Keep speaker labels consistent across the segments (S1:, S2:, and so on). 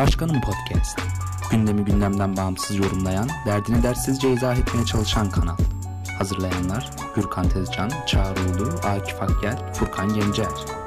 S1: Başkanım Podcast. Gündemi gündemden bağımsız yorumlayan, derdini dersizce izah etmeye çalışan kanal. Hazırlayanlar Gürkan Tezcan, Çağrı Ulu, Akif Akgel, Furkan Gencer.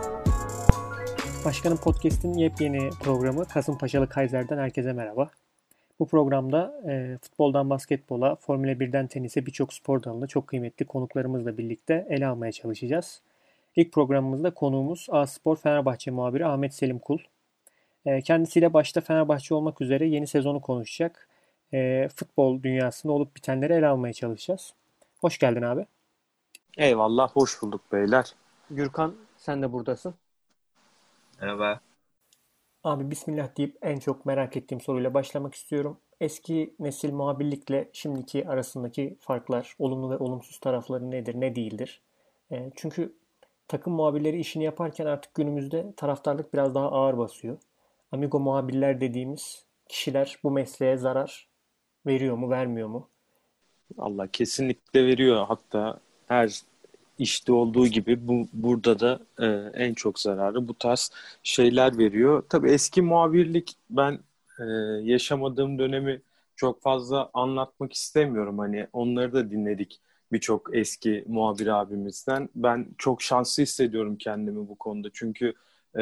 S2: Başkanım Podcast'in yepyeni programı Kasımpaşalı Kaiser'den herkese merhaba. Bu programda futboldan basketbola, Formula 1'den tenise birçok spor dalında çok kıymetli konuklarımızla birlikte ele almaya çalışacağız. İlk programımızda konuğumuz A-Spor Fenerbahçe muhabiri Ahmet Selim Kul. Kendisiyle başta Fenerbahçe olmak üzere yeni sezonu konuşacak. Futbol dünyasında olup bitenleri ele almaya çalışacağız. Hoş geldin abi.
S3: Eyvallah, hoş bulduk beyler.
S2: Gürkan, sen de buradasın.
S4: Merhaba.
S2: Abi bismillah deyip en çok merak ettiğim soruyla başlamak istiyorum. Eski nesil muhabirlikle şimdiki arasındaki farklar, olumlu ve olumsuz tarafları nedir, ne değildir? Çünkü takım muhabirleri işini yaparken artık günümüzde taraftarlık biraz daha ağır basıyor. Amigo muhabirler dediğimiz kişiler bu mesleğe zarar veriyor mu, vermiyor mu?
S3: Allah kesinlikle veriyor. Hatta her işte olduğu gibi burada da en çok zararı bu tarz şeyler veriyor. Tabii eski muhabirlik ben yaşamadığım dönemi çok fazla anlatmak istemiyorum. Hani onları da dinledik birçok eski muhabir abimizden. Ben çok şanslı hissediyorum kendimi bu konuda. Çünkü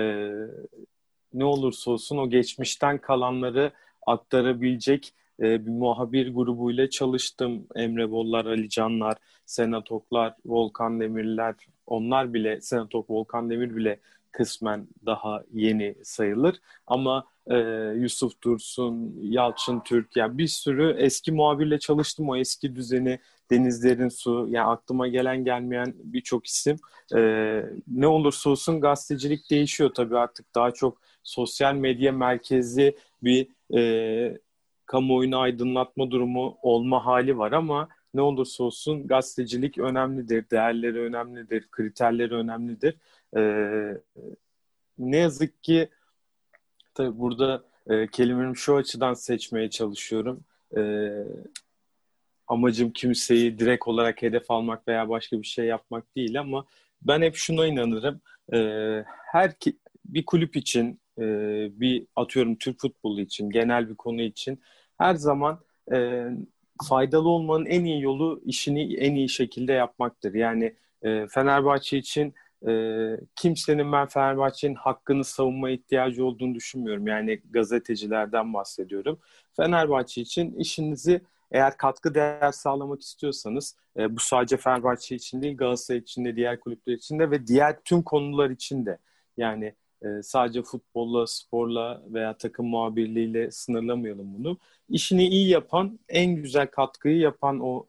S3: ne olursa olsun o geçmişten kalanları aktarabilecek bir muhabir grubuyla çalıştım. Emre Bollar, Ali Canlar, Senat Oklar, Volkan Demirler, onlar bile, Senat Ok, Volkan Demir bile kısmen daha yeni sayılır. Ama Yusuf Dursun, Yalçın Türk, yani bir sürü eski muhabirle çalıştım. O eski düzeni, Deniz Derin Su, yani aklıma gelen gelmeyen birçok isim. Ne olursa olsun gazetecilik değişiyor tabii, artık daha çok sosyal medya merkezli bir kamuoyunu aydınlatma durumu olma hali var ama ne olursa olsun gazetecilik önemlidir, değerleri önemlidir, kriterleri önemlidir. Ne yazık ki tabii burada kelimemi şu açıdan seçmeye çalışıyorum. Amacım kimseyi direkt olarak hedef almak veya başka bir şey yapmak değil ama ben hep şuna inanırım. Bir kulüp için, bir atıyorum Türk futbolu için, genel bir konu için her zaman faydalı olmanın en iyi yolu işini en iyi şekilde yapmaktır. Yani Fenerbahçe için kimsenin ben Fenerbahçe'nin hakkını savunmaya ihtiyacı olduğunu düşünmüyorum. Yani gazetecilerden bahsediyorum. Fenerbahçe için işinizi eğer katkı değer sağlamak istiyorsanız bu sadece Fenerbahçe için değil, Galatasaray için de, diğer kulüpler için de ve diğer tüm konular için de. Yani sadece futbolla, sporla veya takım muhabirliğiyle sınırlamayalım bunu. İşini iyi yapan, en güzel katkıyı yapan o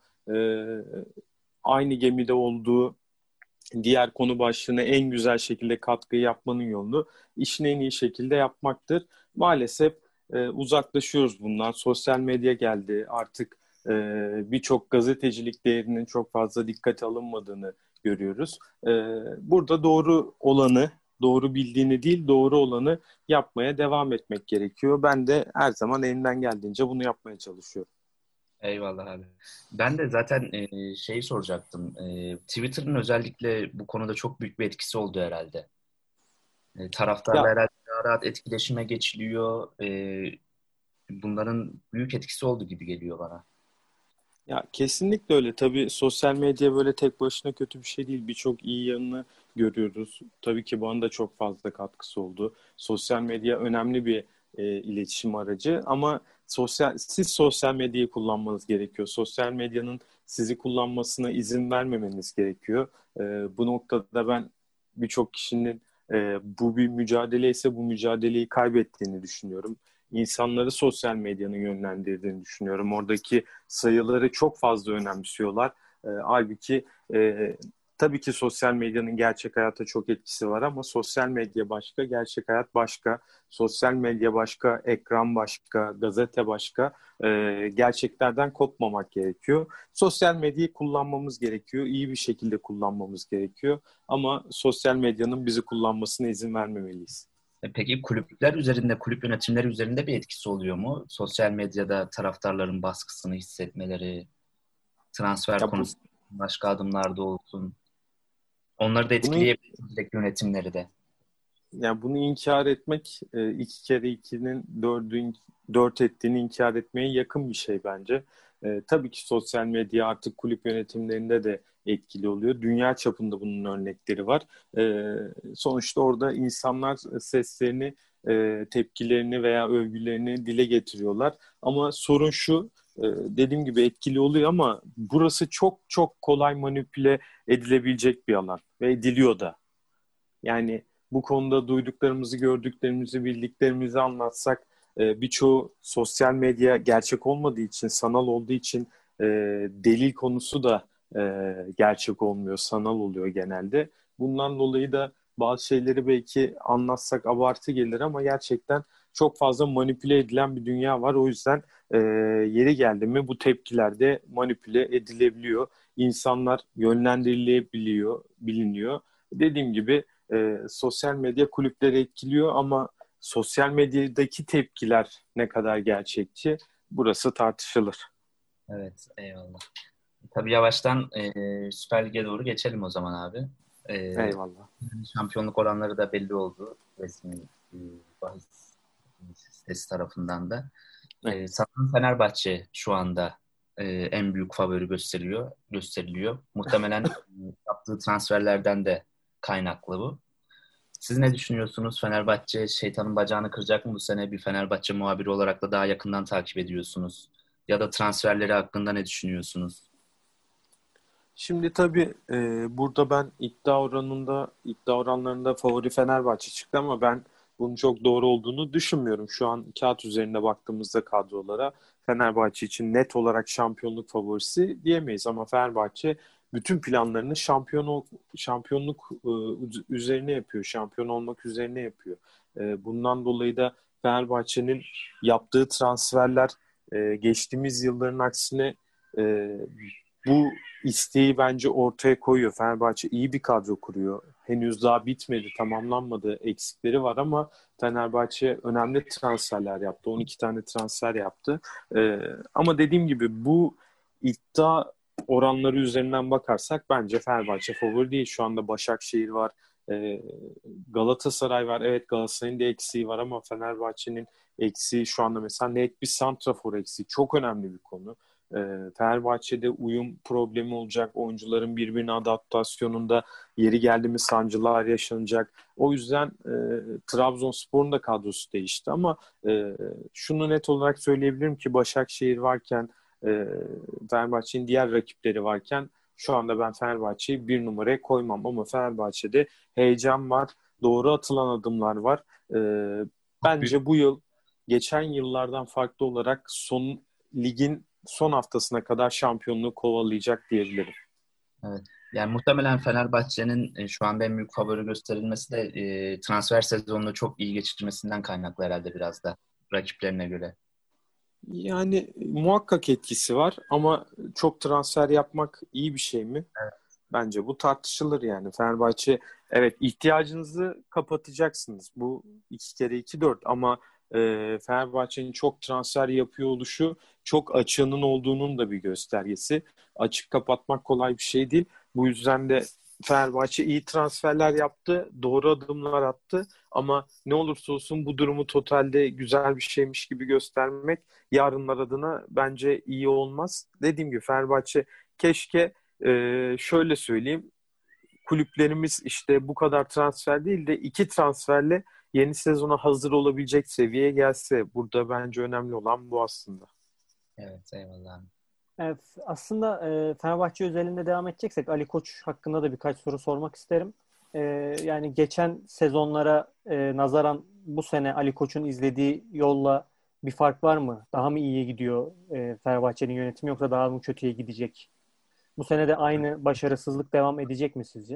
S3: aynı gemide olduğu diğer konu başlığına en güzel şekilde katkıyı yapmanın yolu işini en iyi şekilde yapmaktır. Maalesef uzaklaşıyoruz bundan. Sosyal medya geldi. Artık birçok gazetecilik değerinin çok fazla dikkate alınmadığını görüyoruz. Burada doğru olanı, doğru bildiğini değil, doğru olanı yapmaya devam etmek gerekiyor. Ben de her zaman elimden geldiğince bunu yapmaya çalışıyorum.
S4: Eyvallah abi. Ben de zaten şeyi soracaktım. Twitter'ın özellikle bu konuda çok büyük bir etkisi oldu herhalde. Taraftarla herhalde daha rahat etkileşime geçiliyor. Bunların büyük etkisi oldu gibi geliyor bana.
S3: Ya kesinlikle öyle. Tabii sosyal medya böyle tek başına kötü bir şey değil. Birçok iyi yanını görüyoruz. Tabii ki bana da çok fazla katkısı oldu. Sosyal medya önemli bir iletişim aracı ama siz sosyal medyayı kullanmanız gerekiyor. Sosyal medyanın sizi kullanmasına izin vermemeniz gerekiyor. Bu noktada ben birçok kişinin bu bir mücadele ise bu mücadeleyi kaybettiğini düşünüyorum. İnsanları sosyal medyanın yönlendirdiğini düşünüyorum. Oradaki sayıları çok fazla önemsiyorlar. Halbuki tabii ki sosyal medyanın gerçek hayata çok etkisi var ama sosyal medya başka, gerçek hayat başka. Sosyal medya başka, ekran başka, gazete başka. Gerçeklerden kopmamak gerekiyor. Sosyal medyayı kullanmamız gerekiyor. İyi bir şekilde kullanmamız gerekiyor. Ama sosyal medyanın bizi kullanmasına izin vermemeliyiz.
S4: Peki kulüpler üzerinde, kulüp yönetimleri üzerinde bir etkisi oluyor mu? Sosyal medyada taraftarların baskısını hissetmeleri, transfer konusunda başka adımlarda olsun. Onları da etkileyebilir yönetimleri de.
S3: Yani bunu inkar etmek, 2 kere 2'nin 4 ettiğini inkar etmeye yakın bir şey bence. Tabii ki sosyal medya artık kulüp yönetimlerinde de etkili oluyor. Dünya çapında bunun örnekleri var. Sonuçta orada insanlar seslerini, tepkilerini veya övgülerini dile getiriyorlar. Ama sorun şu, dediğim gibi etkili oluyor ama burası çok çok kolay manipüle edilebilecek bir alan ve ediliyor da. Yani bu konuda duyduklarımızı, gördüklerimizi, bildiklerimizi anlatsak birçoğu sosyal medya gerçek olmadığı için, sanal olduğu için e, delil konusu da gerçek olmuyor, sanal oluyor genelde. Bundan dolayı da bazı şeyleri belki anlatsak abartı gelir ama gerçekten çok fazla manipüle edilen bir dünya var. O yüzden yeri geldi mi bu tepkiler de manipüle edilebiliyor. İnsanlar yönlendirilebiliyor, biliniyor. Dediğim gibi sosyal medya kulüpleri etkiliyor ama sosyal medyadaki tepkiler ne kadar gerçekçi burası tartışılır.
S4: Evet, eyvallah. Tabii yavaştan Süper Lig'e doğru geçelim o zaman abi. E,
S3: Eyvallah.
S4: Şampiyonluk oranları da belli oldu. Resmi bahis sitesi tarafından da.
S3: Evet.
S4: Sanırım Fenerbahçe şu anda en büyük favori gösteriliyor. Muhtemelen yaptığı transferlerden de kaynaklı bu. Siz ne düşünüyorsunuz? Fenerbahçe şeytanın bacağını kıracak mı bu sene? Bir Fenerbahçe muhabiri olarak da daha yakından takip ediyorsunuz. Ya da transferleri hakkında ne düşünüyorsunuz?
S3: Şimdi tabii burada ben iddia oranlarında favori Fenerbahçe çıktı ama ben bunun çok doğru olduğunu düşünmüyorum. Şu an kağıt üzerinde baktığımızda kadrolara Fenerbahçe için net olarak şampiyonluk favorisi diyemeyiz ama Fenerbahçe bütün planlarını şampiyonluk üzerine yapıyor, şampiyon olmak üzerine yapıyor. Bundan dolayı da Fenerbahçe'nin yaptığı transferler geçtiğimiz yılların aksine e, bu isteği bence ortaya koyuyor. Fenerbahçe iyi bir kadro kuruyor. Henüz daha bitmedi, tamamlanmadı. Eksikleri var ama Fenerbahçe önemli transferler yaptı. 12 tane transfer yaptı. Ama dediğim gibi bu iddia oranları üzerinden bakarsak bence Fenerbahçe favori değil. Şu anda Başakşehir var. Ee, Galatasaray var. Evet, Galatasaray'ın da eksiği var ama Fenerbahçe'nin eksiği şu anda mesela net bir santrafor eksiği. Çok önemli bir konu. Fenerbahçe'de uyum problemi olacak. Oyuncuların birbirine adaptasyonunda yeri geldi mi sancılar yaşanacak. O yüzden Trabzonspor'un da kadrosu değişti ama şunu net olarak söyleyebilirim ki Başakşehir varken e, Fenerbahçe'nin diğer rakipleri varken şu anda ben Fenerbahçe'yi bir numaraya koymam ama Fenerbahçe'de heyecan var. Doğru atılan adımlar var. Bence bu yıl geçen yıllardan farklı olarak ligin son haftasına kadar şampiyonluğu kovalayacak diyebilirim.
S4: Evet. Yani muhtemelen Fenerbahçe'nin şu anda en büyük favori gösterilmesi de transfer sezonunu çok iyi geçirmesinden kaynaklı herhalde biraz da rakiplerine göre.
S3: Yani muhakkak etkisi var ama çok transfer yapmak iyi bir şey mi? Bence bu tartışılır yani. Fenerbahçe evet ihtiyacınızı kapatacaksınız. Bu 2 kere 2 4 ama Fenerbahçe'nin çok transfer yapıyor oluşu çok açığının olduğunun da bir göstergesi. Açık kapatmak kolay bir şey değil. Bu yüzden de Fenerbahçe iyi transferler yaptı, doğru adımlar attı ama ne olursa olsun bu durumu totalde güzel bir şeymiş gibi göstermek yarınlar adına bence iyi olmaz. Dediğim gibi Fenerbahçe keşke şöyle söyleyeyim. Kulüplerimiz işte bu kadar transfer değil de 2 transferle yeni sezona hazır olabilecek seviyeye gelse. Burada bence önemli olan bu aslında.
S4: Evet, eyvallah.
S2: Evet, aslında Fenerbahçe özelinde devam edeceksek Ali Koç hakkında da birkaç soru sormak isterim. Yani geçen sezonlara nazaran bu sene Ali Koç'un izlediği yolla bir fark var mı? Daha mı iyiye gidiyor Fenerbahçe'nin yönetimi yoksa daha mı kötüye gidecek? Bu sene de aynı başarısızlık devam edecek mi sizce?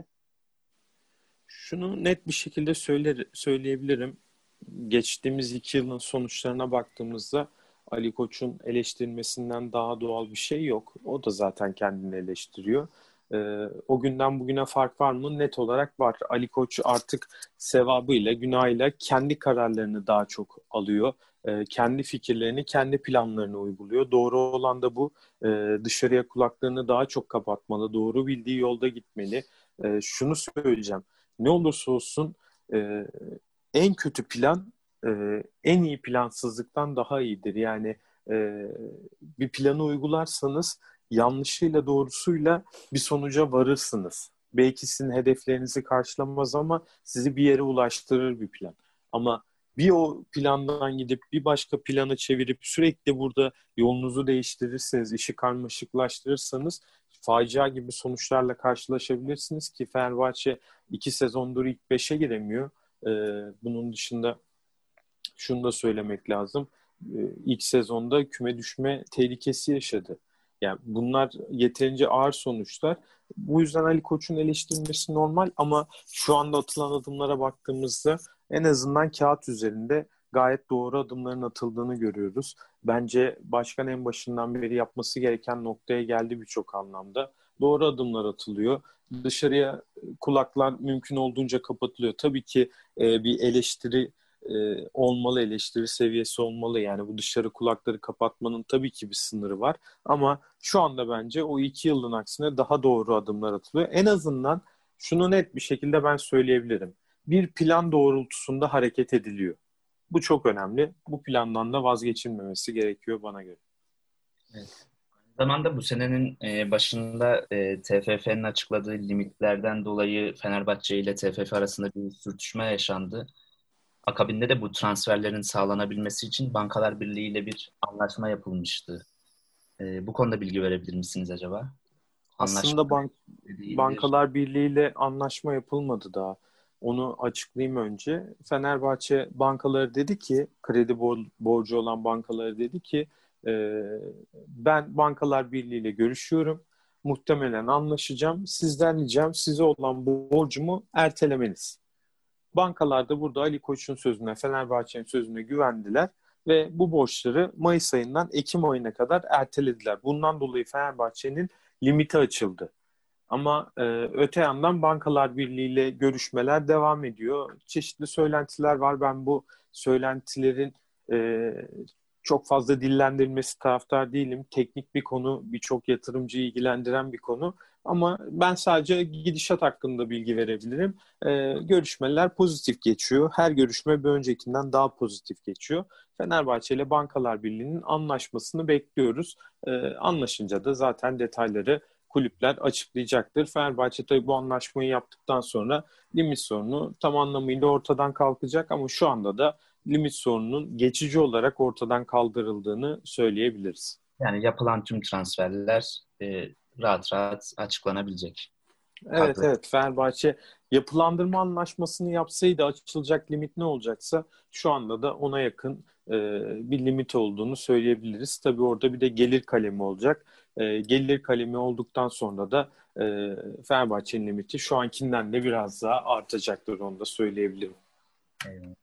S3: Şunu net bir şekilde söyleyebilirim. Geçtiğimiz 2 yılın sonuçlarına baktığımızda Ali Koç'un eleştirilmesinden daha doğal bir şey yok. O da zaten kendini eleştiriyor. O günden bugüne fark var mı? Net olarak var. Ali Koç artık sevabıyla, günahıyla kendi kararlarını daha çok alıyor. Kendi fikirlerini, kendi planlarını uyguluyor. Doğru olan da bu. Dışarıya kulaklarını daha çok kapatmalı. Doğru bildiği yolda gitmeli. Şunu söyleyeceğim. Ne olursa olsun en kötü plan en iyi plansızlıktan daha iyidir. Yani bir planı uygularsanız yanlışıyla doğrusuyla bir sonuca varırsınız. Belki sizin hedeflerinizi karşılamaz ama sizi bir yere ulaştırır bir plan. Ama bir o plandan gidip bir başka plana çevirip sürekli burada yolunuzu değiştirirseniz, işi karmaşıklaştırırsanız facia gibi sonuçlarla karşılaşabilirsiniz ki Fenerbahçe 2 sezondur ilk 5'e giremiyor. Bunun dışında şunu da söylemek lazım. İlk sezonda küme düşme tehlikesi yaşadı. Yani bunlar yeterince ağır sonuçlar. Bu yüzden Ali Koç'un eleştirilmesi normal ama şu anda atılan adımlara baktığımızda en azından kağıt üzerinde gayet doğru adımların atıldığını görüyoruz. Bence başkan en başından beri yapması gereken noktaya geldi birçok anlamda. Doğru adımlar atılıyor. Dışarıya kulaklar mümkün olduğunca kapatılıyor. Tabii ki bir eleştiri olmalı, eleştiri seviyesi olmalı. Yani bu dışarı kulakları kapatmanın tabii ki bir sınırı var. Ama şu anda bence o 2 yılın aksine daha doğru adımlar atılıyor. En azından şunu net bir şekilde ben söyleyebilirim. Bir plan doğrultusunda hareket ediliyor. Bu çok önemli. Bu plandan da vazgeçilmemesi gerekiyor bana göre.
S4: Evet. Aynı zamanda bu senenin başında TFF'nin açıkladığı limitlerden dolayı Fenerbahçe ile TFF arasında bir sürtüşme yaşandı. Akabinde de bu transferlerin sağlanabilmesi için Bankalar Birliği ile bir anlaşma yapılmıştı. Bu konuda bilgi verebilir misiniz acaba?
S3: Aslında Bankalar Birliği ile anlaşma yapılmadı daha. Onu açıklayayım önce. Fenerbahçe bankaları dedi ki, kredi borcu olan bankaları dedi ki, ben Bankalar Birliği ile görüşüyorum. Muhtemelen anlaşacağım. Sizden ricam size olan bu borcumu ertelemeniz. Bankalar da burada Ali Koç'un sözüne, Fenerbahçe'nin sözüne güvendiler ve bu borçları Mayıs ayından Ekim ayına kadar ertelediler. Bundan dolayı Fenerbahçe'nin limiti açıldı. Ama öte yandan Bankalar Birliği ile görüşmeler devam ediyor. Çeşitli söylentiler var. Ben bu söylentilerin çok fazla dillendirilmesi taraftar değilim. Teknik bir konu, birçok yatırımcıyı ilgilendiren bir konu. Ama ben sadece gidişat hakkında bilgi verebilirim. Görüşmeler pozitif geçiyor. Her görüşme bir öncekinden daha pozitif geçiyor. Fenerbahçe ile Bankalar Birliği'nin anlaşmasını bekliyoruz. Anlaşınca da zaten detayları kulüpler açıklayacaktır. Fenerbahçe tabii bu anlaşmayı yaptıktan sonra limit sorunu tam anlamıyla ortadan kalkacak ama şu anda da limit sorununun geçici olarak ortadan kaldırıldığını söyleyebiliriz.
S4: Yani yapılan tüm transferler rahat rahat açıklanabilecek.
S3: Evet, evet. Fenerbahçe yapılandırma anlaşmasını yapsaydı açılacak limit ne olacaksa şu anda da ona yakın bir limit olduğunu söyleyebiliriz. Tabii orada bir de gelir kalemi olacak. Gelir kalemi olduktan sonra da Fenerbahçe'nin limiti şu ankinden de biraz daha artacaktır, onu da söyleyebilirim.
S4: Evet.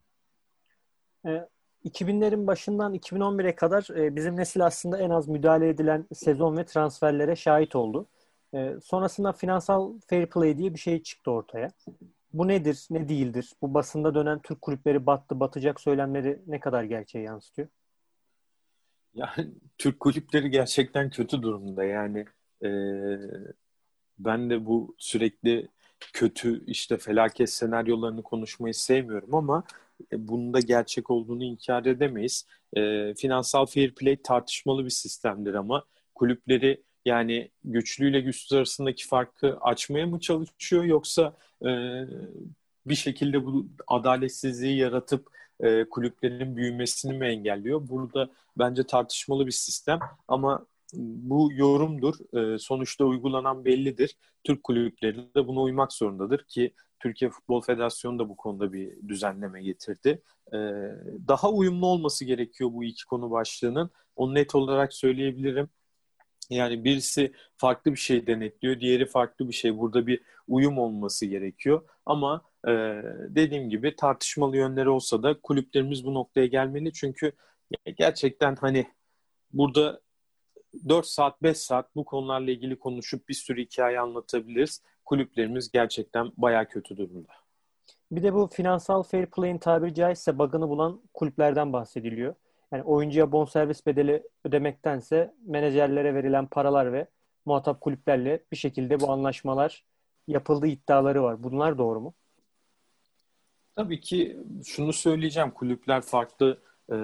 S2: 2000'lerin başından 2011'e kadar bizim nesil aslında en az müdahale edilen sezon ve transferlere şahit oldu. Sonrasında finansal fair play diye bir şey çıktı ortaya. Bu nedir, ne değildir? Bu basında dönen Türk kulüpleri battı, batacak söylemleri ne kadar gerçeğe yansıtıyor?
S3: Yani Türk kulüpleri gerçekten kötü durumda. Yani ben de bu sürekli kötü işte felaket senaryolarını konuşmayı sevmiyorum ama bunun da gerçek olduğunu inkar edemeyiz. Finansal fair play tartışmalı bir sistemdir ama kulüpleri yani güçlüyle güçsüz arasındaki farkı açmaya mı çalışıyor yoksa bir şekilde bu adaletsizliği yaratıp kulüplerin büyümesini mi engelliyor? Burada bence tartışmalı bir sistem ama bu yorumdur. Sonuçta uygulanan bellidir. Türk kulüpleri de buna uymak zorundadır ki Türkiye Futbol Federasyonu da bu konuda bir düzenleme getirdi. Daha uyumlu olması gerekiyor bu iki konu başlığının. Onu net olarak söyleyebilirim. Yani birisi farklı bir şey denetliyor, diğeri farklı bir şey. Burada bir uyum olması gerekiyor. Ama dediğim gibi tartışmalı yönleri olsa da kulüplerimiz bu noktaya gelmeli. Çünkü gerçekten hani burada 4 saat, 5 saat bu konularla ilgili konuşup bir sürü hikaye anlatabiliriz. Kulüplerimiz gerçekten bayağı kötü durumda.
S2: Bir de bu finansal fair play'in tabiri caizse bug'ını bulan kulüplerden bahsediliyor. Yani oyuncuya bonservis bedeli ödemektense menajerlere verilen paralar ve muhatap kulüplerle bir şekilde bu anlaşmalar yapıldığı iddiaları var. Bunlar doğru mu?
S3: Tabii ki şunu söyleyeceğim. Kulüpler farklı e,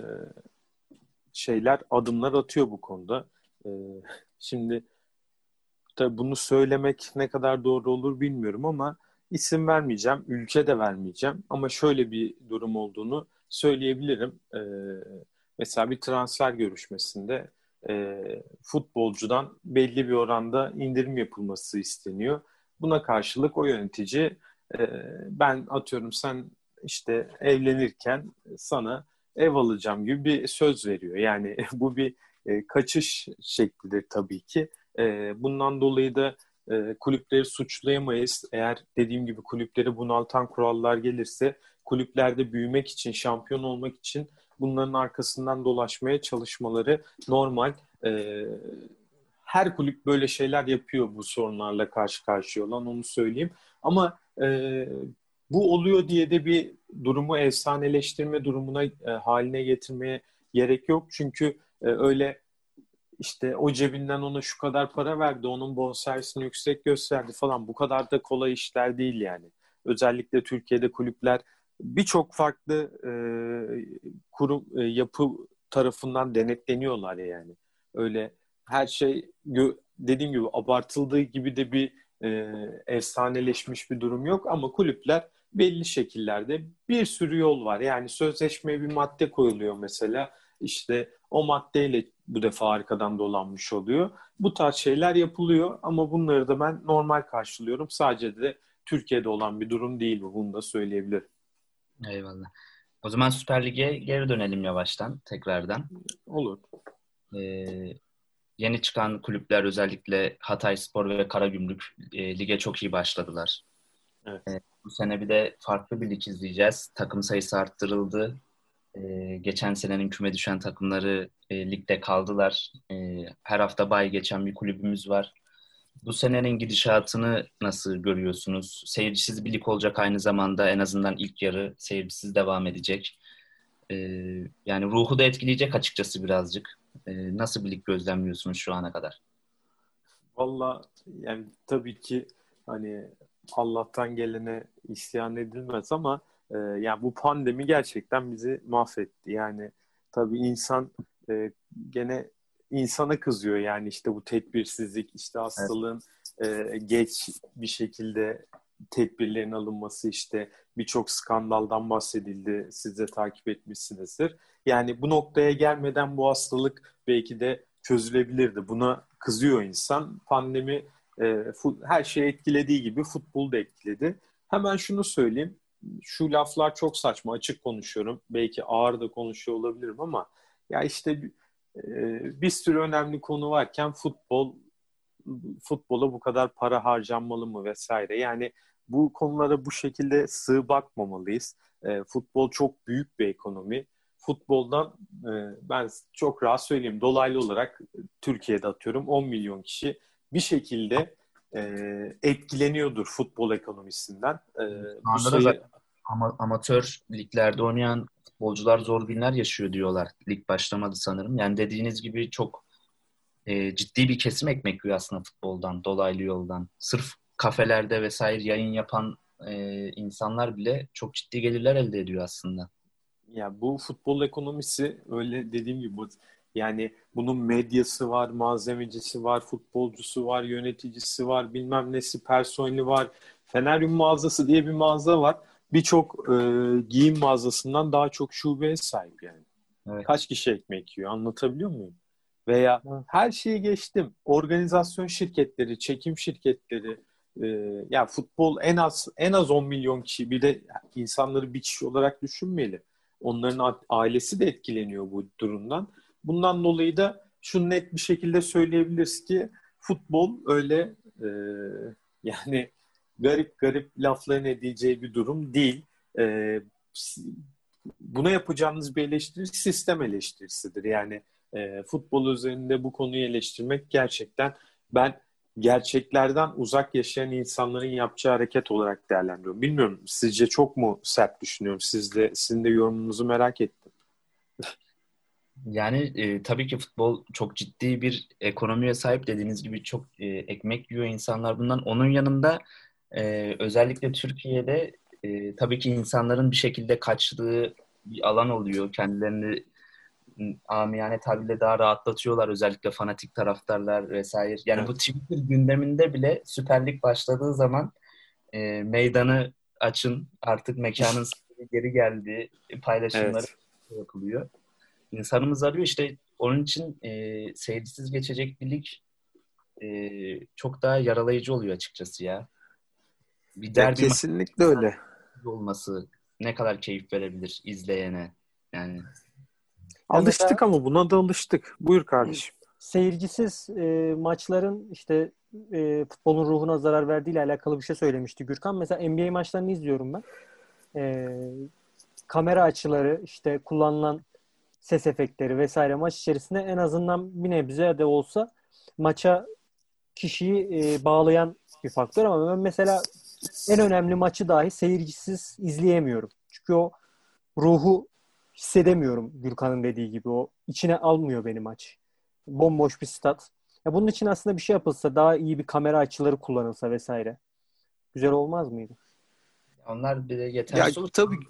S3: adımlar atıyor bu konuda. E, Şimdi tabii bunu söylemek ne kadar doğru olur bilmiyorum ama isim vermeyeceğim, ülke de vermeyeceğim. Ama şöyle bir durum olduğunu söyleyebilirim. Mesela bir transfer görüşmesinde futbolcudan belli bir oranda indirim yapılması isteniyor. Buna karşılık o yönetici ben atıyorum sen işte evlenirken sana ev alacağım gibi bir söz veriyor. Yani bu bir kaçış şeklidir tabii ki. Bundan dolayı da kulüpleri suçlayamayız. Eğer dediğim gibi kulüpleri bunaltan kurallar gelirse kulüplerde büyümek için, şampiyon olmak için bunların arkasından dolaşmaya çalışmaları normal. Her kulüp böyle şeyler yapıyor bu sorunlarla karşı karşıya olan onu söyleyeyim. Ama bu oluyor diye de bir durumu efsaneleştirme durumuna haline getirmeye gerek yok. Çünkü öyle işte o cebinden ona şu kadar para verdi, onun bonservisini yüksek gösterdi falan. Bu kadar da kolay işler değil yani. Özellikle Türkiye'de kulüpler birçok farklı kurum, yapı tarafından denetleniyorlar yani. Öyle her şey dediğim gibi abartıldığı gibi de bir efsaneleşmiş bir durum yok ama kulüpler belli şekillerde bir sürü yol var. Yani sözleşmeye bir madde koyuluyor mesela. İşte o maddeyle bu defa arkadan dolanmış oluyor. Bu tarz şeyler yapılıyor ama bunları da ben normal karşılıyorum. Sadece de Türkiye'de olan bir durum değil bu. Bunu da söyleyebilirim.
S4: Eyvallah. O zaman Süper Lig'e geri dönelim yavaştan tekrardan.
S3: Olur.
S4: Yeni çıkan kulüpler özellikle Hatayspor ve Karagümrük lige çok iyi başladılar.
S3: Evet.
S4: Bu sene bir de farklı bir lig izleyeceğiz. Takım sayısı arttırıldı. Geçen senenin küme düşen takımları ligde kaldılar. Her hafta bay geçen bir kulübümüz var. Bu senenin gidişatını nasıl görüyorsunuz? Seyircisiz bir lig olacak aynı zamanda en azından ilk yarı seyircisiz devam edecek. Yani ruhu da etkileyecek açıkçası birazcık. Nasıl bir lig gözlemliyorsunuz şu ana kadar?
S3: Valla yani tabii ki hani Allah'tan gelene isyan edilmez ama yani bu pandemi gerçekten bizi mahvetti. Yani tabii insan gene insana kızıyor yani işte bu tedbirsizlik, işte hastalığın geç bir şekilde tedbirlerin alınması işte birçok skandaldan bahsedildi. Siz de takip etmişsinizdir. Yani bu noktaya gelmeden bu hastalık belki de çözülebilirdi. Buna kızıyor insan. Pandemi her şeyi etkilediği gibi futbolu da etkiledi. Hemen şunu söyleyeyim. Şu laflar çok saçma. Açık konuşuyorum. Belki ağır da konuşuyor olabilirim ama ya işte bir sürü önemli konu varken futbola bu kadar para harcanmalı mı vesaire. Yani bu konulara bu şekilde sığ bakmamalıyız. Futbol çok büyük bir ekonomi. Futboldan ben çok rahat söyleyeyim dolaylı olarak Türkiye'de atıyorum 10 milyon kişi bir şekilde etkileniyordur futbol ekonomisinden.
S4: Şu anda da zaten amatör liglerde oynayan futbolcular zor günler yaşıyor diyorlar. Lig başlamadı sanırım. Yani dediğiniz gibi çok ciddi bir kesim ekmek yiyor aslında futboldan, dolaylı yoldan. Sırf kafelerde vesaire yayın yapan insanlar bile çok ciddi gelirler elde ediyor aslında.
S3: Ya bu futbol ekonomisi öyle dediğim gibi yani bunun medyası var, malzemecisi var, futbolcusu var, yöneticisi var, bilmem nesi, personeli var. Feneryum mağazası diye bir mağaza var. Birçok giyim mağazasından daha çok şubeye sahip yani.
S4: Evet.
S3: Kaç kişi ekmek yiyor anlatabiliyor muyum? Veya her şeyi geçtim. Organizasyon şirketleri, çekim şirketleri, ya futbol en az 10 milyon kişi bir de insanları bir kişi olarak düşünmeyelim. Onların ailesi de etkileniyor bu durumdan. Bundan dolayı da şunu net bir şekilde söyleyebiliriz ki futbol öyle yani garip garip lafların edileceği bir durum değil. Buna yapacağınız bir eleştiri sistem eleştirisidir. Yani futbol üzerinde bu konuyu eleştirmek gerçekten ben gerçeklerden uzak yaşayan insanların yapacağı hareket olarak değerlendiriyorum. Bilmiyorum sizce çok mu sert düşünüyorum? Sizin de yorumunuzu merak ettim.
S4: Yani tabii ki futbol çok ciddi bir ekonomiye sahip dediğiniz gibi çok ekmek yiyor insanlar bundan. Onun yanında özellikle Türkiye'de Tabii ki insanların bir şekilde kaçtığı bir alan oluyor. Kendilerini amiyane tabirle daha rahatlatıyorlar. Özellikle fanatik taraftarlar vesaire. Yani bu
S3: Evet.
S4: Twitter gündeminde bile Süper Lig başladığı zaman meydanı açın, artık mekanın sahibi geri geldi paylaşımları
S3: Evet.
S4: yapılıyor. İnsanımız arıyor işte, onun için seyircisiz geçecek bir lig çok daha yaralayıcı oluyor açıkçası ya. Bir
S3: Ya
S4: derbi maçı
S3: kesinlikle öyle.
S4: olması ne kadar keyif verebilir izleyene. Yani
S2: Ya mesela
S3: Alıştık ama buna da alıştık. Buyur kardeşim.
S2: seyircisiz maçların işte futbolun ruhuna zarar verdiğiyle alakalı bir şey söylemişti Gürkan. Mesela NBA maçlarını izliyorum ben. E, Kamera açıları, işte kullanılan ses efektleri vesaire maç içerisinde en azından bir nebze de olsa maça kişiyi bağlayan bir faktör, ama ben mesela en önemli maçı dahi seyircisiz izleyemiyorum. Çünkü o ruhu hissedemiyorum, Gürkan'ın dediği gibi. O içine almıyor beni maç. Bomboş bir stat. Ya bunun için aslında bir şey yapılsa, daha iyi bir kamera açıları kullanılsa vesaire. Güzel olmaz mıydı?
S4: onlar bile
S3: Ya
S4: yetersiz olur.
S3: tabii,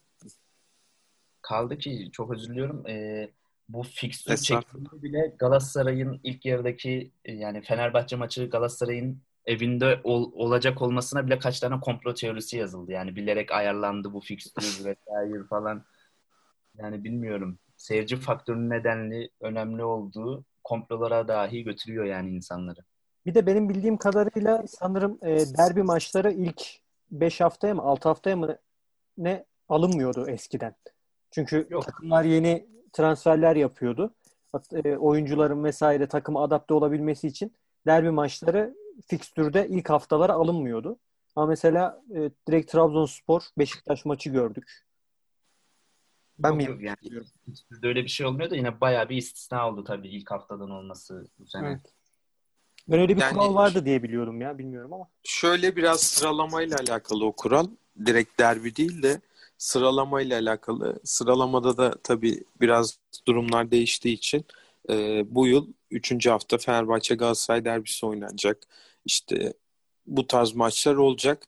S4: Kaldı ki çok özür diliyorum. Bu fikstür
S3: estağfurullah.
S4: çekiminde bile Galatasaray'ın ilk yarıdaki yani Fenerbahçe maçı Galatasaray'ın evinde olacak olmasına bile kaç tane komplo teorisi yazıldı. Yani bilerek ayarlandı bu fikstür vesaire falan. Yani bilmiyorum. Seyirci faktörünün nedenli önemli olduğu komplolara dahi götürüyor yani insanları.
S2: Bir de benim bildiğim kadarıyla sanırım derbi maçları ilk 5 haftaya mı 6 haftaya mı ne alınmıyordu eskiden. Çünkü
S4: Yok.
S2: takımlar yeni transferler yapıyordu. Oyuncuların vesaire takıma adapte olabilmesi için derbi maçları fikstürde ilk haftalara alınmıyordu. Ama mesela direkt Trabzonspor Beşiktaş maçı gördük. Ben mi
S4: Yok yok,
S2: yanlış
S4: yani
S2: biliyorum?
S4: fikstürde öyle bir şey olmuyor da yine bayağı bir istisna oldu tabii ilk haftadan olması bu sene.
S2: Evet. Ben öyle bir kural
S3: Yani
S2: vardı diye biliyordum ya. Bilmiyorum ama.
S3: şöyle biraz sıralamayla alakalı o kural. Direkt derbi değil de sıralamayla alakalı. Sıralamada da tabii biraz durumlar değiştiği için bu yıl üçüncü hafta Fenerbahçe Galatasaray derbisi oynanacak. İşte bu tarz maçlar olacak.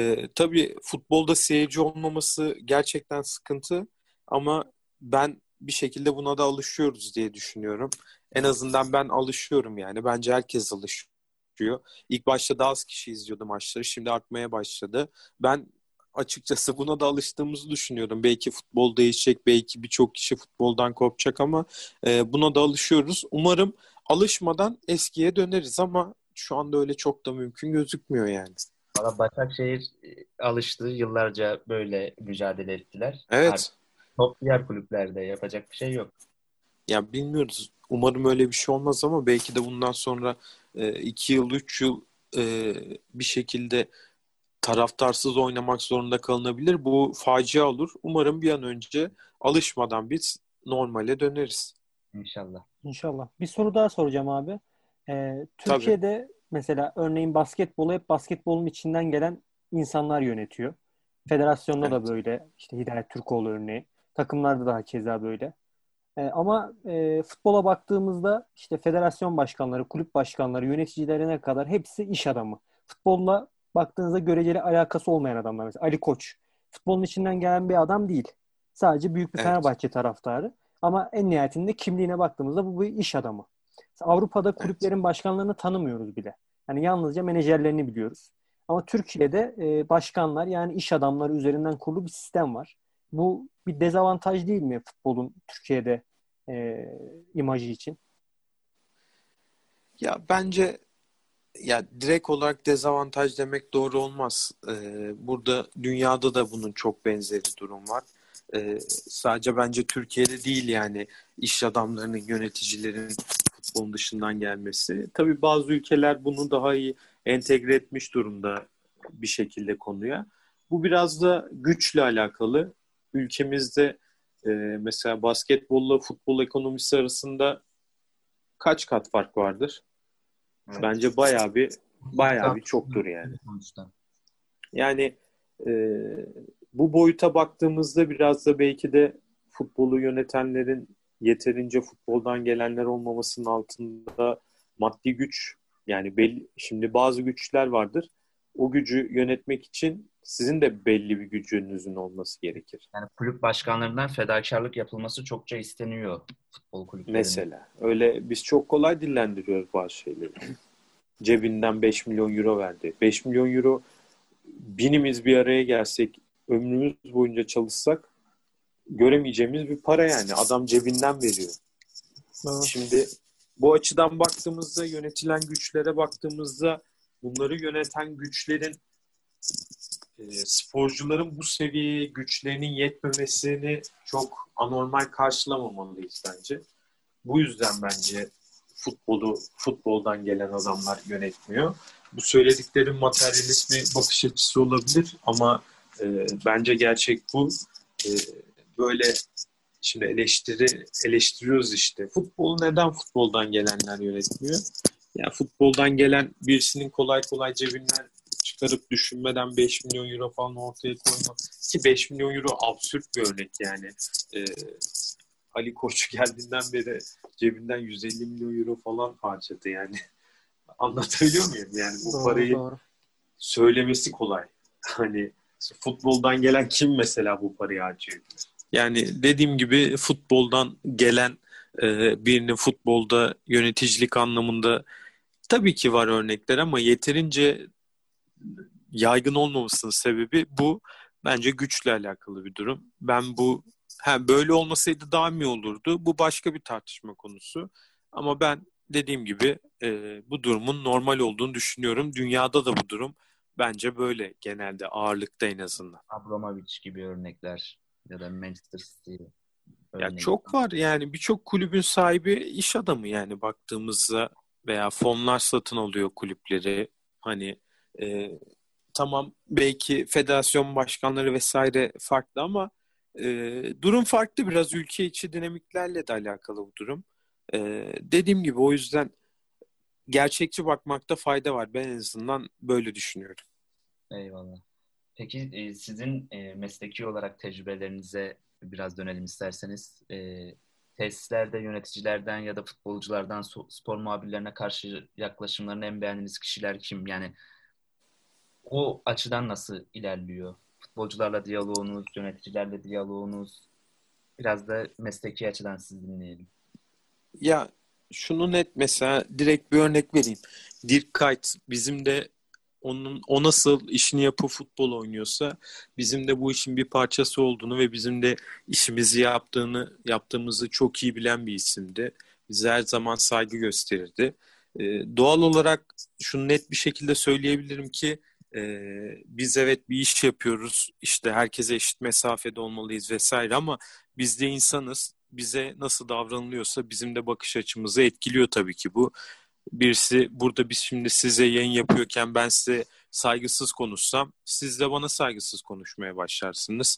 S3: Tabii futbolda seyirci olmaması gerçekten sıkıntı ama ben bir şekilde buna da alışıyoruz diye düşünüyorum. En azından ben alışıyorum yani. Bence herkes alışıyor. İlk başta daha az kişi izliyordu maçları. Şimdi artmaya başladı. Ben açıkçası buna da alıştığımızı düşünüyorum. Belki futbol değişecek, belki birçok kişi futboldan kopacak ama buna da alışıyoruz. Umarım alışmadan eskiye döneriz ama şu anda öyle çok da mümkün gözükmüyor yani.
S4: Valla Başakşehir alıştı. Yıllarca böyle mücadele ettiler. Artık
S3: Evet.
S4: top diğer kulüplerde yapacak bir şey yok.
S3: Ya bilmiyoruz. Umarım öyle bir şey olmaz ama belki de bundan sonra 2 yıl, 3 yıl bir şekilde taraftarsız oynamak zorunda kalınabilir. Bu facia olur. Umarım bir an önce alışmadan biz normale döneriz.
S4: İnşallah.
S2: İnşallah. Bir soru daha soracağım abi.
S3: Tabii.
S2: Türkiye'de mesela örneğin basketbolu hep basketbolun içinden gelen insanlar yönetiyor. Federasyonda da
S3: Evet.
S2: böyle. İşte Hidayet Türkoğlu örneği. Takımlarda da keza böyle. Ama futbola baktığımızda işte federasyon başkanları, kulüp başkanları, yöneticilerine kadar hepsi iş adamı. Futbolla baktığınızda göreceli alakası olmayan adamlar. Mesela Ali Koç. Futbolun içinden gelen bir adam değil. Sadece büyük bir
S3: Evet.
S2: Fenerbahçe taraftarı. Ama en nihayetinde kimliğine baktığımızda bu bir iş adamı. Mesela Avrupa'da
S3: Evet.
S2: kulüplerin başkanlarını tanımıyoruz bile. Yani yalnızca menajerlerini biliyoruz. Ama Türkiye'de başkanlar, yani iş adamları üzerinden kurulu bir sistem var. Bu bir dezavantaj değil mi futbolun Türkiye'de imajı için?
S3: Ya bence ya direkt olarak dezavantaj demek doğru olmaz. Burada dünyada da bunun çok benzeri durum var. Sadece bence Türkiye'de değil yani iş adamlarının, yöneticilerin futbolun dışından gelmesi. Tabii bazı ülkeler bunu daha iyi entegre etmiş durumda bir şekilde konuya. Bu biraz da güçle alakalı. Ülkemizde mesela basketbolla futbol ekonomisi arasında kaç kat fark vardır?
S4: Evet.
S3: Bence bayağı bir çoktur yani.
S4: Sonuçta.
S3: Yani e, bu boyuta baktığımızda biraz da belki de futbolu yönetenlerin yeterince futboldan gelenler olmamasının altında maddi güç yani belli, şimdi bazı güçler vardır. O gücü yönetmek için Sizin de belli bir gücünüzün olması gerekir.
S4: Yani kulüp başkanlarından fedakarlık yapılması çokça isteniyor futbol kulüplerinde.
S3: Mesela öyle biz çok kolay dillendiriyoruz bazı şeyleri. Cebinden 5 milyon euro verdi. 5 milyon euro binimiz bir araya gelsek, ömrümüz boyunca çalışsak göremeyeceğimiz bir para yani. Adam cebinden veriyor.
S2: Evet.
S3: Şimdi bu açıdan baktığımızda, yönetilen güçlere baktığımızda bunları yöneten güçlerin sporcuların bu seviyeye güçlerinin yetmemesini çok anormal karşılamamalıyız bence. Bu yüzden bence futboldan gelen adamlar yönetmiyor. Bu söylediklerim materyalist bir bakış açısı olabilir ama bence gerçek bu. Böyle şimdi eleştiriyoruz işte. Futbolu neden futboldan gelenler yönetmiyor? Yani futboldan gelen birisinin kolay kolay cebinden çıkarıp düşünmeden 5 milyon euro falan ortaya koymak. Ki 5 milyon euro absürt bir örnek yani. Ali Koç geldiğinden beri cebinden 150 milyon euro falan harcadı yani. Anlatabiliyor muyum? Yani bu parayı söylemesi kolay. Hani futboldan gelen kim mesela bu parayı harcıyor? Yani dediğim gibi futboldan gelen birinin futbolda yöneticilik anlamında tabii ki var örnekler ama yeterince yaygın olmamasının sebebi bu. Bence güçle alakalı bir durum. Ben bu böyle olmasaydı daha mı iyi olurdu? Bu başka bir tartışma konusu. Ama ben dediğim gibi bu durumun normal olduğunu düşünüyorum. Dünyada da bu durum bence böyle genelde ağırlıkta en azından.
S4: Abramovich gibi örnekler ya da Manchester City
S3: Ya çok var yani birçok kulübün sahibi iş adamı yani baktığımızda veya fonlar satın alıyor kulüpleri. Hani tamam belki federasyon başkanları vesaire farklı ama durum farklı biraz ülke içi dinamiklerle de alakalı bu durum. Dediğim gibi o yüzden gerçekçi bakmakta fayda var. Ben en azından böyle düşünüyorum.
S4: Eyvallah. Peki sizin mesleki olarak tecrübelerinize biraz dönelim isterseniz. Tesislerde yöneticilerden ya da futbolculardan spor muhabirlerine karşı yaklaşımlarını en beğendiğiniz kişiler kim? Yani o açıdan nasıl ilerliyor? Futbolcularla diyaloğunuz, yöneticilerle diyaloğunuz. Biraz da mesleki açıdan siz dinleyelim.
S3: Ya şunu net mesela direkt bir örnek vereyim. Dirk Kuyt bizim de o nasıl işini yapıp futbol oynuyorsa bizim de bu işin bir parçası olduğunu ve bizim de işimizi yaptığımızı çok iyi bilen bir isimdi. Bize her zaman saygı gösterirdi. Doğal olarak şunu net bir şekilde söyleyebilirim ki biz evet bir iş yapıyoruz. İşte herkese eşit mesafede olmalıyız vesaire ama biz de insanız. Bize nasıl davranılıyorsa bizim de bakış açımızı etkiliyor tabii ki bu. Birisi burada biz şimdi size yayın yapıyorken ben size saygısız konuşsam siz de bana saygısız konuşmaya başlarsınız.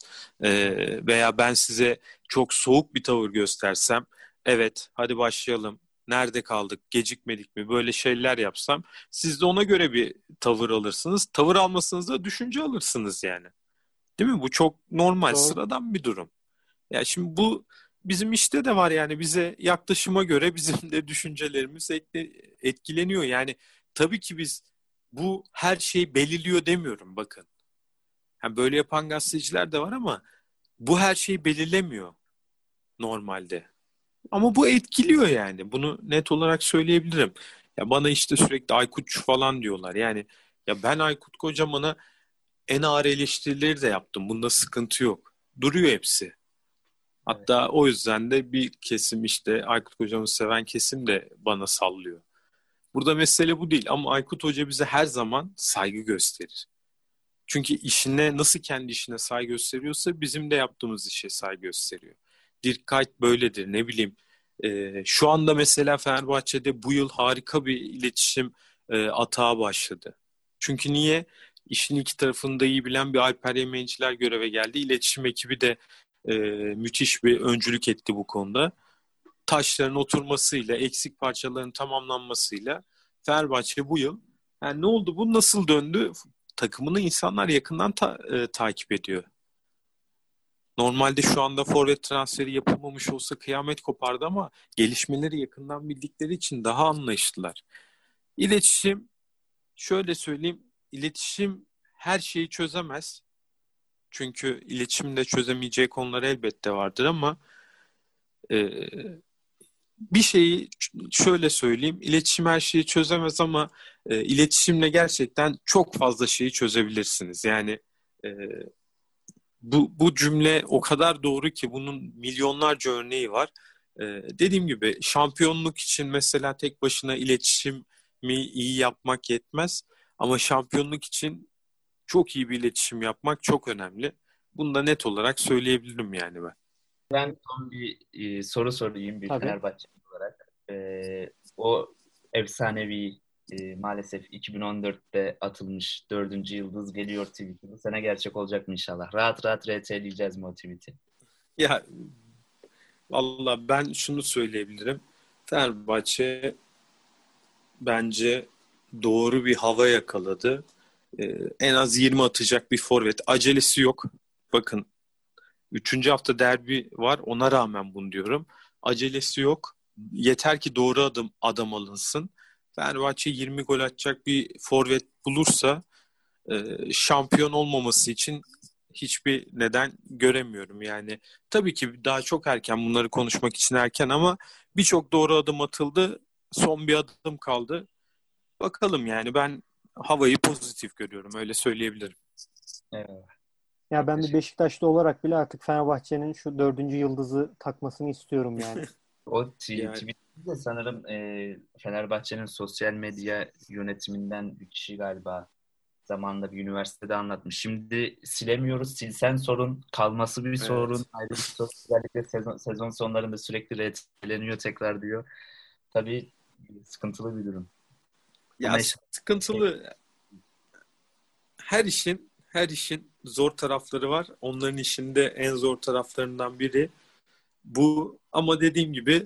S3: Veya ben size çok soğuk bir tavır göstersem evet hadi başlayalım. Nerede kaldık? Gecikmedik mi? Böyle şeyler yapsam siz de ona göre bir tavır alırsınız. Tavır almasanız da düşünce alırsınız yani. Değil mi? Bu çok normal, sıradan bir durum. Ya şimdi bu bizim işte de var yani bize yaklaşıma göre bizim de düşüncelerimiz etkileniyor. Yani tabii ki biz bu her şeyi belirliyor demiyorum bakın. Yani böyle yapan gazeteciler de var ama bu her şeyi belirlemiyor normalde. Ama bu etkiliyor yani. Bunu net olarak söyleyebilirim. Ya bana işte sürekli Aykutçu falan diyorlar. Yani ya ben Aykut Kocaman'a en ağır eleştirileri de yaptım. Bunda sıkıntı yok. Duruyor hepsi. Hatta o yüzden de bir kesim işte Aykut Hocam'ı seven kesim de bana sallıyor. Burada mesele bu değil ama Aykut Hoca bize her zaman saygı gösterir. Çünkü nasıl kendi işine saygı gösteriyorsa bizim de yaptığımız işe saygı gösteriyor. Dirk Kuyt böyledir ne bileyim. Şu anda mesela Fenerbahçe'de bu yıl harika bir iletişim atağı başladı. Çünkü niye? İşin iki tarafını da iyi bilen bir Alper Yemenciler göreve geldi. İletişim ekibi de müthiş bir öncülük etti bu konuda. Taşların oturmasıyla, eksik parçaların tamamlanmasıyla Fenerbahçe bu yıl yani ne oldu bu nasıl döndü? Takımını insanlar yakından takip ediyor. Normalde şu anda forvet transferi yapılmamış olsa kıyamet kopardı ama gelişmeleri yakından bildikleri için daha anlayışlılar. İletişim, şöyle söyleyeyim, iletişim her şeyi çözemez. Çünkü iletişimde çözemeyeceği konular elbette vardır ama bir şeyi şöyle söyleyeyim. İletişim her şeyi çözemez ama iletişimle gerçekten çok fazla şeyi çözebilirsiniz. Yani bu cümle o kadar doğru ki bunun milyonlarca örneği var. Dediğim gibi şampiyonluk için mesela tek başına iletişimi iyi yapmak yetmez. Ama şampiyonluk için çok iyi bir iletişim yapmak çok önemli. Bunu da net olarak söyleyebilirim yani ben.
S4: Ben son bir soru sorayım bir
S2: Tabii.
S4: Fenerbahçe olarak. O efsanevi maalesef 2014'te atılmış 4. yıldız geliyor tweet'i. Bu sene gerçek olacak mı inşallah? Rahat rahat RT'leyeceğiz mi o tweet'i?
S3: Ya valla ben şunu söyleyebilirim. Fenerbahçe bence doğru bir hava yakaladı. En az 20 atacak bir forvet. Acelesi yok. Bakın 3. hafta derbi var. Ona rağmen bunu diyorum. Acelesi yok. Yeter ki doğru adam alınsın. Fenerbahçe 20 gol atacak bir forvet bulursa şampiyon olmaması için hiçbir neden göremiyorum. Yani tabii ki daha çok erken, bunları konuşmak için erken ama birçok doğru adım atıldı. Son bir adım kaldı. Bakalım yani ben havayı pozitif görüyorum. Öyle söyleyebilirim.
S4: Evet.
S2: Ya ben bir
S4: Teşekkür-
S2: Beşiktaşlı olarak bile artık Fenerbahçe'nin şu 4. yıldızı takmasını istiyorum yani.
S4: O
S3: Yani
S4: tweet'i de sanırım Fenerbahçe'nin sosyal medya yönetiminden bir kişi galiba zamanında bir üniversitede anlatmış. Şimdi silemiyoruz. Silsen sorun. Kalması bir sorun.
S3: evet.
S4: Ayrı bir sorun. Özellikle sezon sonlarında sürekli reteleniyor tekrar diyor. Tabii sıkıntılı bir durum.
S3: Ya
S4: Ama
S3: sıkıntılı, her işin zor tarafları var. Onların işinde en zor taraflarından biri bu. Ama dediğim gibi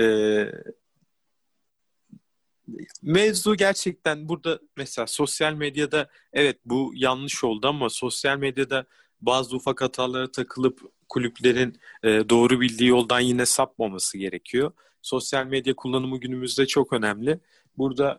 S3: mevzu gerçekten burada mesela sosyal medyada evet bu yanlış oldu ama sosyal medyada bazı ufak hatalara takılıp kulüplerin doğru bildiği yoldan yine sapmaması gerekiyor. Sosyal medya kullanımı günümüzde çok önemli. Burada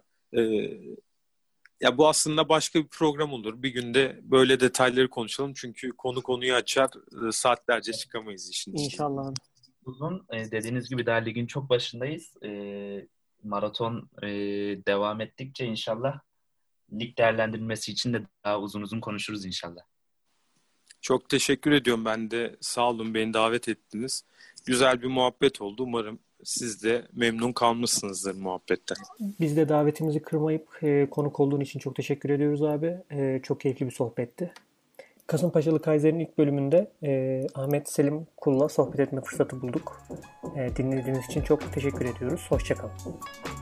S3: ya bu aslında başka bir program olur. Bir günde böyle detayları konuşalım. Çünkü konu konuyu açar. Saatlerce çıkamayız işin içinden.
S2: İnşallah.
S4: uzun. Dediğiniz gibi daha ligin çok başındayız. Maraton devam ettikçe inşallah lig değerlendirmesi için de daha uzun uzun konuşuruz inşallah.
S3: Çok teşekkür ediyorum ben de. Sağ olun beni davet ettiniz. Güzel bir muhabbet oldu. Umarım siz de memnun kalmışsınızdır muhabbetten.
S2: Biz de davetimizi kırmayıp konuk olduğun için çok teşekkür ediyoruz abi. Çok keyifli bir sohbetti. Kasımpaşalı Kaiser'in ilk bölümünde Ahmet Selim Kul'la sohbet etme fırsatı bulduk. Dinlediğiniz için çok teşekkür ediyoruz. Hoşça kalın.